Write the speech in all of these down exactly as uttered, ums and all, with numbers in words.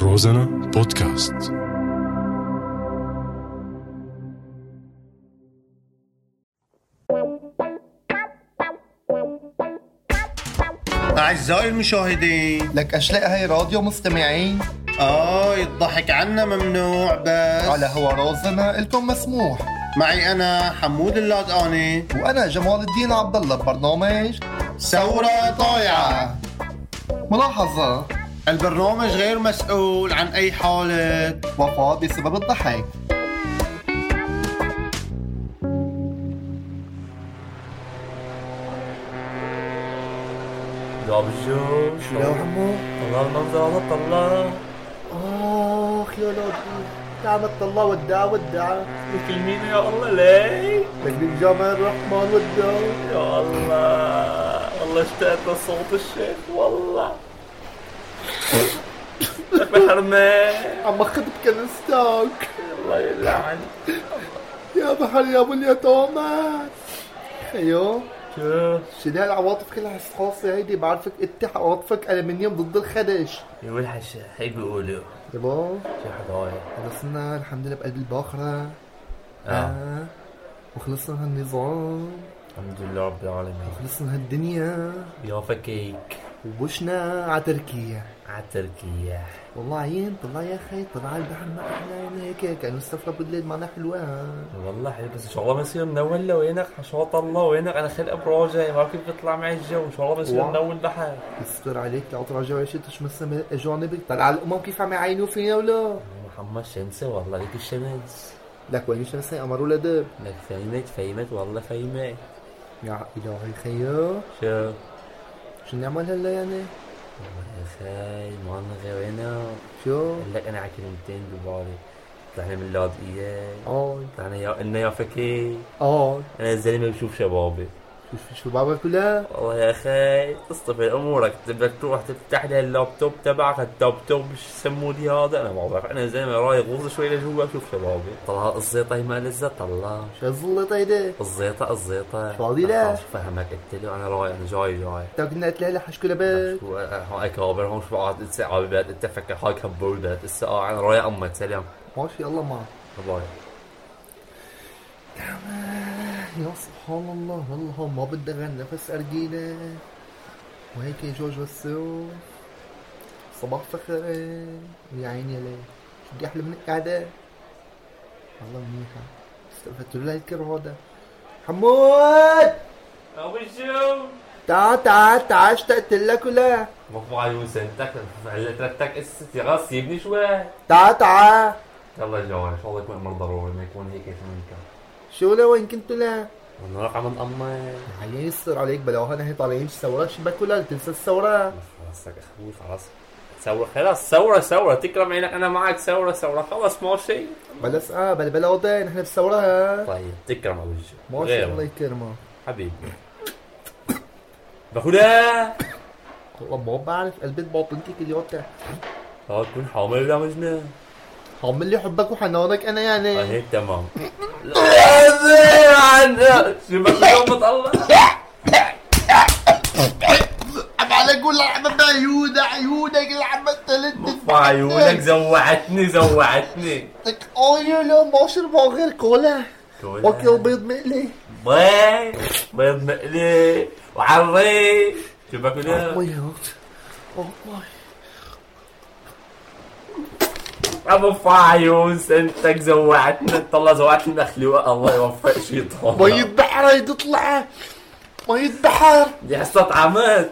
روزانا بودكاست. أعزائي المشاهدين، لك أشلاء هاي راديو مستمعين. آه الضحك عنا ممنوع، بس على هوا روزانا إلكم مسموح. معي أنا حمود اللادقاني وأنا جمال الدين عبد الله ببرنامج ثورة طايعة. ملاحظة: البرنامج غير مسؤول عن أي حالة وفاة بسبب الضحك. يا بجو شو يا عمو؟ طلع المنظر هذا طلع. آخ يا لطيف، نعمة الله ودع ودع. لك مين يا الله ليه؟ لك بالجامع الرحمن ودع. يا الله والله اشتقت لصوت الشيخ والله. لك بحرمان عم أخذ بكنستك. الله يلعن. يا بحر يا أبو اليتامى. خيو شو؟ شو هالعواطف كلها حساسة هيدي؟ بعرفك انت عواطفك ألمنيوم ضد الخدش. يقول حشا هي بيقولوا يبا شو حضايا. خلصنا الحمد لله بقلب الباخرة. اه, آه. وخلصنا هالنظام، الحمد لله رب العالمين. وخلصنا هالدنيا، يا فكيك وبشنا على تركيا. عالتركية. والله عين طلع يا اخي، طلع البحر ما احلى هيك، كانوا السفرة بالليل معنا حلوة. والله حلو، بس ان شاء الله بصير منول. وينك حشاط الله، وينك انا خلق براجع ما كيف بيطلع معي الجو. ان شاء الله بصير منول بحر. يستر عليك العطر رجع شي تشمس اجانبك. طلع الامم كيف عم يعينوا فينا ولا؟ محمد شمسة والله ليك الشمس. لك وين الشمس امروا لدب؟ لك فيمت فيمت والله فيمت. يا الهي خيو، شو شو نعمل هلا يعني؟ والله يا خي ما لنا غيرنا. شو؟ قال لك انا على كلمتين ببالي. طلعنا من لاذقية. اه طلعنا يا إنا يا فكي. اه انا الزلمه بشوف شبابي. شو شو بابا كلها؟ والله يا اخي تصطفي امورك، بدك تروح تفتح لي اللابتوب تبعك. اللابتوب ايش يسموا لي هذا؟ انا ما بعرف. انا زلمه رايح غوص شوي لجوا اشوف شبابي. طلع الزيطه ما لزت. طلع شو الظلت هيدي؟ الزيطه الزيطه فاضي لا؟ شو فهمك؟ قلت له انا رايح، انا جاي جاي. تا كنا قلت لها حشكو لبك. شو هون اكابر هون شو قاعد تسعى ببيت انت فكر حالك كبردت الساعه. انا رايح امك سلام. ماشي الله معك. باي. يا سبحان الله، والله ما بدي غير نفس أرجيلة وهيك يا جورج وسوف. صباح فخر يا عيني ليه، شو بدي أحلى منك قاعدة. والله منيحة، استلفت له الكر هذا. حمود ابو شو تعال تعال تعال، اشتقت لك ولا؟ مفعل يوسنتك علتك استي غاص سيبني شوي. تعال تعال. يلا جاي ان شاء الله يكون امر ضروري، ما يكون هيك منك. شو لا وين كنتوا لا؟ ونروح عم نأمر. هيا يصير عليك بلاها نحن طالعين ثورة شبك ولا تنسى الثورة؟ خلاص لك اخوي خلاص. ثورة خلاص ثورة ثورة تكرم عينك انا معك. ثورة ثورة خلاص ماشي. بلس اه بل بلا نحن بثورة ها. طيب تكرم ابو الجو. ماشي الله يكرمك حبيبي. بخولا والله ما بعرف قلبي باطنتي كلياتها. اه تكون حامل ولا مجنون؟ حامل لي حبك وحنانك انا يعني. اه هيك تمام. لا عنا شو بك اليوم بطلع؟ عم عليك ولا عم بعيونك عيونك اللي عم تلت عيونك زوعتني زوعتني. لك اه يا لا ما شرب غير كولا. كولا وكل بيض مقلي. بيض بيض مقلي وعري. شو باكل اليوم؟ والله والله ابو فايون سنتك زوعتنا. طلع زوعتنا مخلوقه. الله يوفق شيطان. مية بحر هي تطلع. مية بحر دي حصة عمد.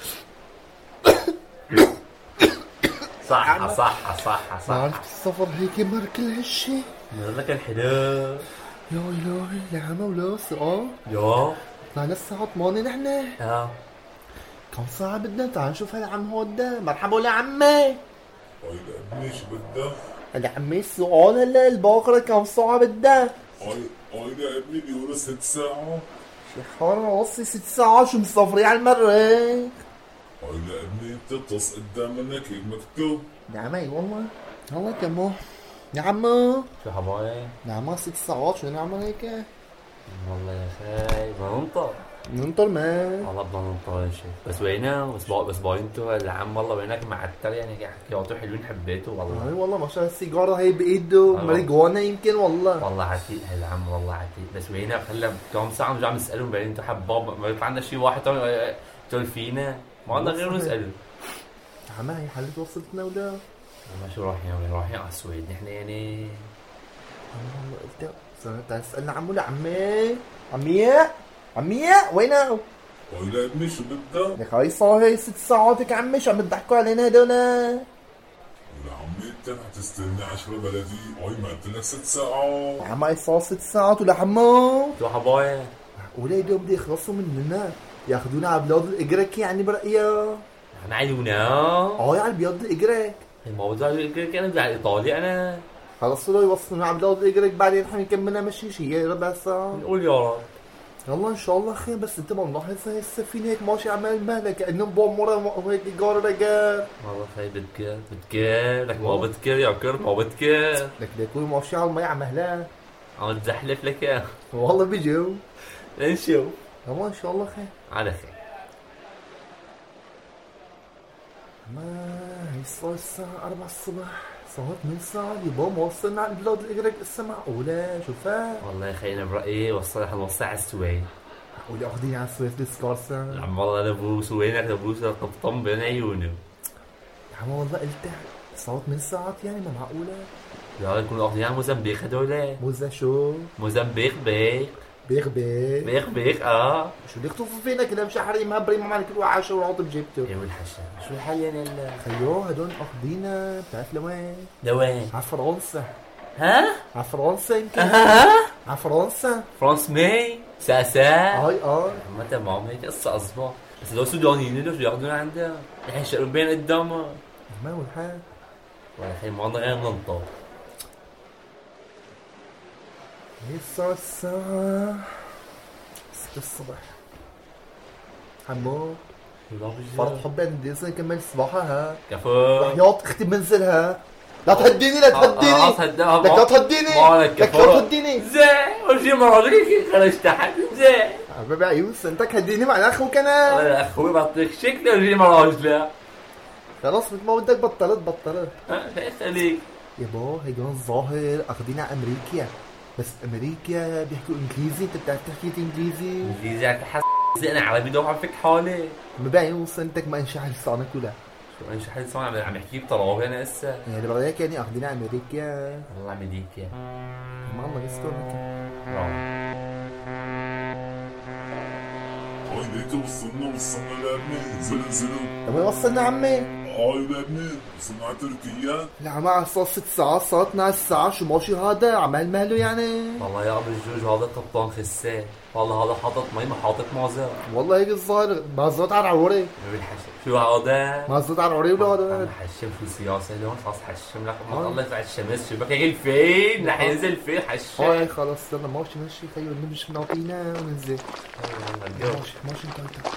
صح صح صح صح. بعرف السفر هيك مر كل هالشي. من لك الحلو. يا إلهي لعمة ولا سؤال. يا طلعنا الساعة ثمانية نحن. اه كم ساعة بدنا؟ تعال نشوف هالعم هودا. مرحبا ولا عمي. هاي لعبني شو بدك؟ هلا عمي السؤال هلا الباقرة كم ساعة بدها؟ هاي هاي لعبني بيقولوا ست ساعة. شي حار راسي ست ساعات شو مسافرين على المريخ؟ هاي لعبني بتطس قدام منك هيك مكتوب. نعم اي والله. والله كمو. نعم شو حماي؟ نعم ست ساعات شو نعمل هيك؟ والله يا خي ما ننطق. ننطر ما والله بدنا ننطر شيء بس وينه بس بق... بس باينته العم والله وينك معتر يعني حكياته حلوين حبيته والله. اي والله ما شاء الله السيجاره هي بايده ماريجوانا يمكن والله والله عتيق هالعم والله عتيق بس وينه خلى كم ساعه نرجع نسالهم بعدين انتوا حباب ما يطلع عندنا شيء واحد تقول فينا ما عندنا غير نساله. عمها هي حلت وصلتنا ولا ما شو رايحين وين رايحين على السويد نحن يعني والله قلت تعال تسالنا عمو لا عمي عمية عمية وينه؟ ولا ابني شو بدك؟ لك هاي صار هي ست ساعات يا عمي شو عم تضحكوا علينا هدول؟ ولا عمي انت رح تستنى عشرة بلدي اي ما قلت لك ست ساعات. يا عمي صار ست ساعات ولا حمو؟ شو حبايا؟ وليدهم بده يخلصوا مننا ياخذونا على بلاد الاجرك يعني برأيك؟ نحن عيونا اه على بلاد الاجرك ما بدي اقول انا بدي على ايطاليا انا خلصوا يوصلونا على بلاد الاجرك بعدين حنكملها مشي شي ربع ساعة نقول يا رب والله ان شاء الله خير بس انت ما ملاحظ هاي السفينه هيك ماشي عمال مهله كانهم بومورا وهيك جار رجال والله خي بتكر بتكر لك ما بتكر يا كر ما بتكر لك بيكون ماشي على المي عم مهلا عم تزحلف لك يا والله بيجوا نشوف والله ان شاء الله خير على خير. ما هي صار الساعة أربعة الصبح صارت من ساعة يبا ما وصلنا على البلاد الإجرك لسه معقولة شوفها والله يا خي انا برايي وصل حنوصل على السويد معقولة أخذيني على السويس ديسكارسا عم والله انا بوس وينك بوس القبطان بين عيونه يا عم والله قلت صارت من ساعات يعني ما معقولة لا يكونوا اخذين على موزمبيق هدول موزة شو موزمبيق بيق بيخ بيخ بيق بيق اه شو اللي يخطفوا فينا كده مش حريم هبري ما معنا كل واحد عشرة ونعطي بجيبته ايه والحشا شو الحل يعني هلا خيو هدول اخذينا بتعرف لوين؟ لوين؟ على فرنسا ها؟ على فرنسا يمكن ها؟ على فرنسا فرانس مي ساسا هاي اه ما تمام هيك قصة أصبع بس لو سودانيين لو شو ياخذون عندها نحن شربين قدامها ما هو الحال والله خي ما عندنا غير ننطر. هي الساعة الساعة ستة الصبح حمو فرط حبي عندي لسه نكمل صباحها كفو وحياة اختي بمنزلها لا تهديني لا تهديني لك لا تهديني مالك لك لا تهديني زين وشي مرة كيف خرجت تحت زين حبيبي عيوس انت هديني مع اخوك انا والله اخوي بعطيك شكله وشي مرة لا خلاص مثل ما بدك بطلت بطلت ها خير خليك يابا هي جون الظاهر اخذينا على امريكا بس امريكا بيحكوا انجليزي انت بتعرف تحكي انجليزي انجليزي على حس انا عربي دوب عم فك حالي ما بعيوس انتك ما انشح لسانك ولا شو انش حد سمع عم عم يحكي بطراوه انا هسه يعني برايك يعني اخذينا على امريكا والله عم يديك يا ما الله يستر لك هاي ليك وصلنا وصلنا لابني انزل انزلوا. وين وصلنا عمي؟ هاي لابني وصلنا على تركيا. لا عم على صار ست ساعات صارتنا على الساعة شو ماشي هذا عمال مهله يعني والله يا ابو الجوج هذا قبطان خسان والله هذا حاطط مي ما حاطط معزه والله هيك الظاهر ما زاد على العوري ما بالحشم شو هذا؟ ما زاد على العوري ولا انا هذا حشم شو سياسه لون خلاص حشم لك ما الله يفعل الشمس شبك هيك فين رح ينزل فين حشم هاي خلص يلا ماشي ماشي خيو نمشي نعطينا وننزل ماشي ماشي انت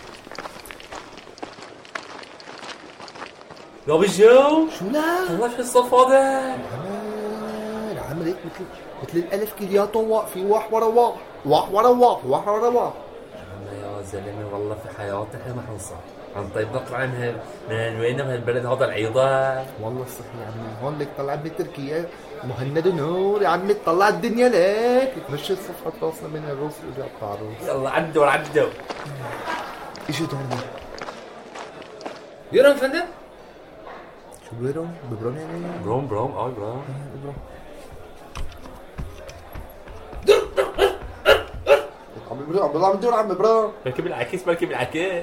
يا ابو الجو شو لا والله شو الصف هذا؟ العمل هيك مثل مثل الالف كلياته واقفين واح ورا واح واح ورا واح واح ورا واح يا زلمه والله في حياتي احنا ما حنصح عن طيب نطلع من من وين من البلد هذا العيضان والله صحيح يا عمي هون لك طلع بتركيا مهند ونور يا عمي طلع الدنيا لك تمشي الصفحة راسنا من الروس واجا قطع الروس يلا عدوا عدوا ايش هدول يورم فندم شو بيرون ببرون يعني بروم بروم اه بروم ببرون عم ببرون عم بضل عم بدور عم ببرون بركب العكس بركب العكس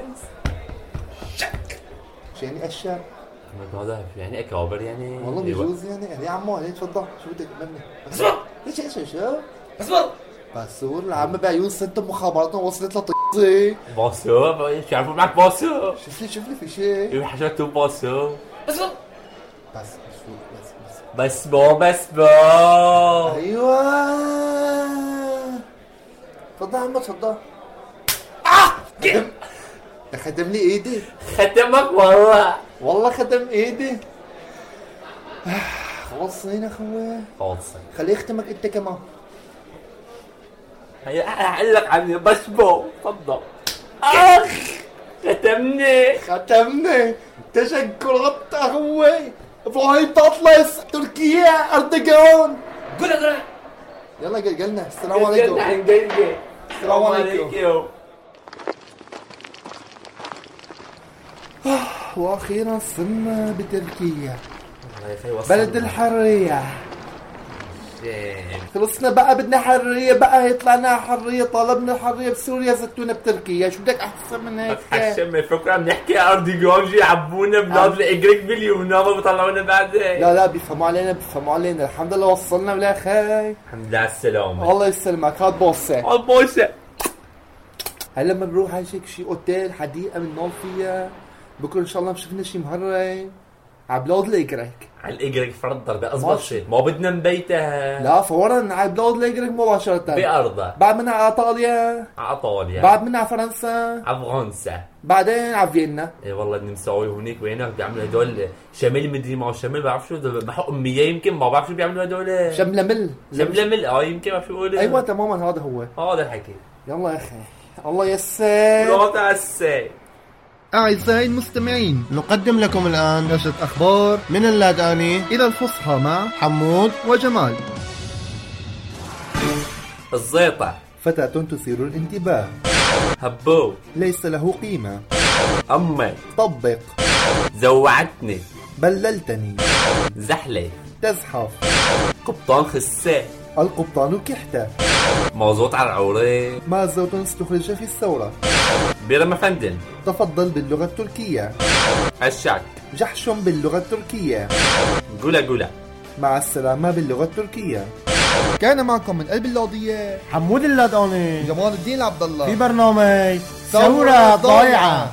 شو يعني اشياء هذا يعني اكابر يعني والله بيجوز يعني يعني يا عمو عليه تفضل شو بدك مني بس ايش ايش شو بس باسور العم بعيون ست مخابراتنا وصلت لطيزي باسو شو عارفوا معك باسو شوف لي شوف لي في شيء يروح حشرته باسو بس بس بس بس بس بو بس بو ايوه تفضل عمو تفضل كيف خدم لي ايدي ختمك والله والله خدم ايدي خلاص هنا اخوي خلص خليه يختمك انت كمان هي احلق عني بس بو تفضل اخ ختمني ختمنا. تشكرات اخوي. ابراهيم بطلس تركيا اردوغان. قول قول يلا قلنا السلام عليكم. السلام عليكم. واخيرا صرنا بتركيا بلد الحرية. خلصنا بقى، بدنا حرية بقى، يطلعنا حرية، طلبنا الحرية بسوريا، زتونا بتركيا. شو بدك احسن من هيك؟ حشم فكرة عم نحكي اردوغان جي يعبونا بلاد الاجريك باليونان وبيطلعونا بعدين. لا لا بيفهموا علينا بيفهموا علينا. الحمد لله وصلنا ولا خير. الحمد لله على السلامة. الله يسلمك. هاد بوسة. هاد بوسة. هلا بنروح هيك شي اوتيل حديقة بننام فيها. بكره ان شاء الله شفنا شي مهرة على بلاد الاجريك. على الاجريك فرد ضربة اضبط شيء. ما بدنا نبيتها. لا فورا على بلاد الاجريك مباشرة. بأرضها. بعد منها على ايطاليا. على ايطاليا. بعد منها على فرنسا. على فرنسا. بعدين على فيينا. اي والله النمساوي هونيك وهناك بيعملوا هدول شمال مدري ما شمال بعرف شو بحق أمية يمكن ما بعرف شو بيعملوا هدول. شململ. شململ اه يمكن ما شو يقولوا. ايوه تماما هذا هو. هذا الحكي. يلا يا اخي الله يسر. لا تعسى. أعزائي المستمعين، نقدم لكم الآن نشرة أخبار من اللاداني إلى الفصحى مع حمود وجمال. الزيطة. فتاة تثير الانتباه. هبو. ليس له قيمة. أمي. طبق. زوعتني. بللتني. زحلة. تزحف. قبطان خسة. القبطان كحتة. موزوط على العوري. ما زوت استخرج في الثورة. بيرم فندن. تفضل باللغة التركية. الشك. جحش باللغة التركية. قولا قولا. مع السلامة باللغة التركية. كان معكم من قلب اللوضية حمود اللاداني جمال الدين عبد الله في برنامج ثورة ضايعة.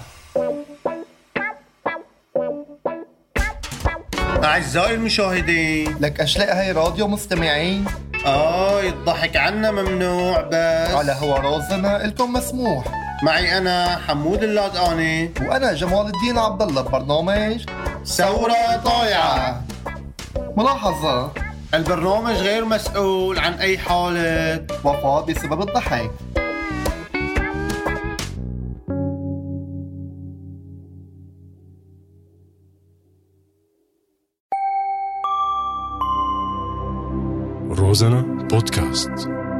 أعزائي المشاهدين، لك أشلاء هاي راديو مستمعين. آه الضحك عنا ممنوع، بس على هوا رازنا إلكم مسموح. معي أنا حمود اللاداني وأنا جمال الدين عبد الله ببرنامج ثورة ضايعة. ملاحظة: البرنامج غير مسؤول عن أي حالة وفاة بسبب الضحك. روزانا بودكاست.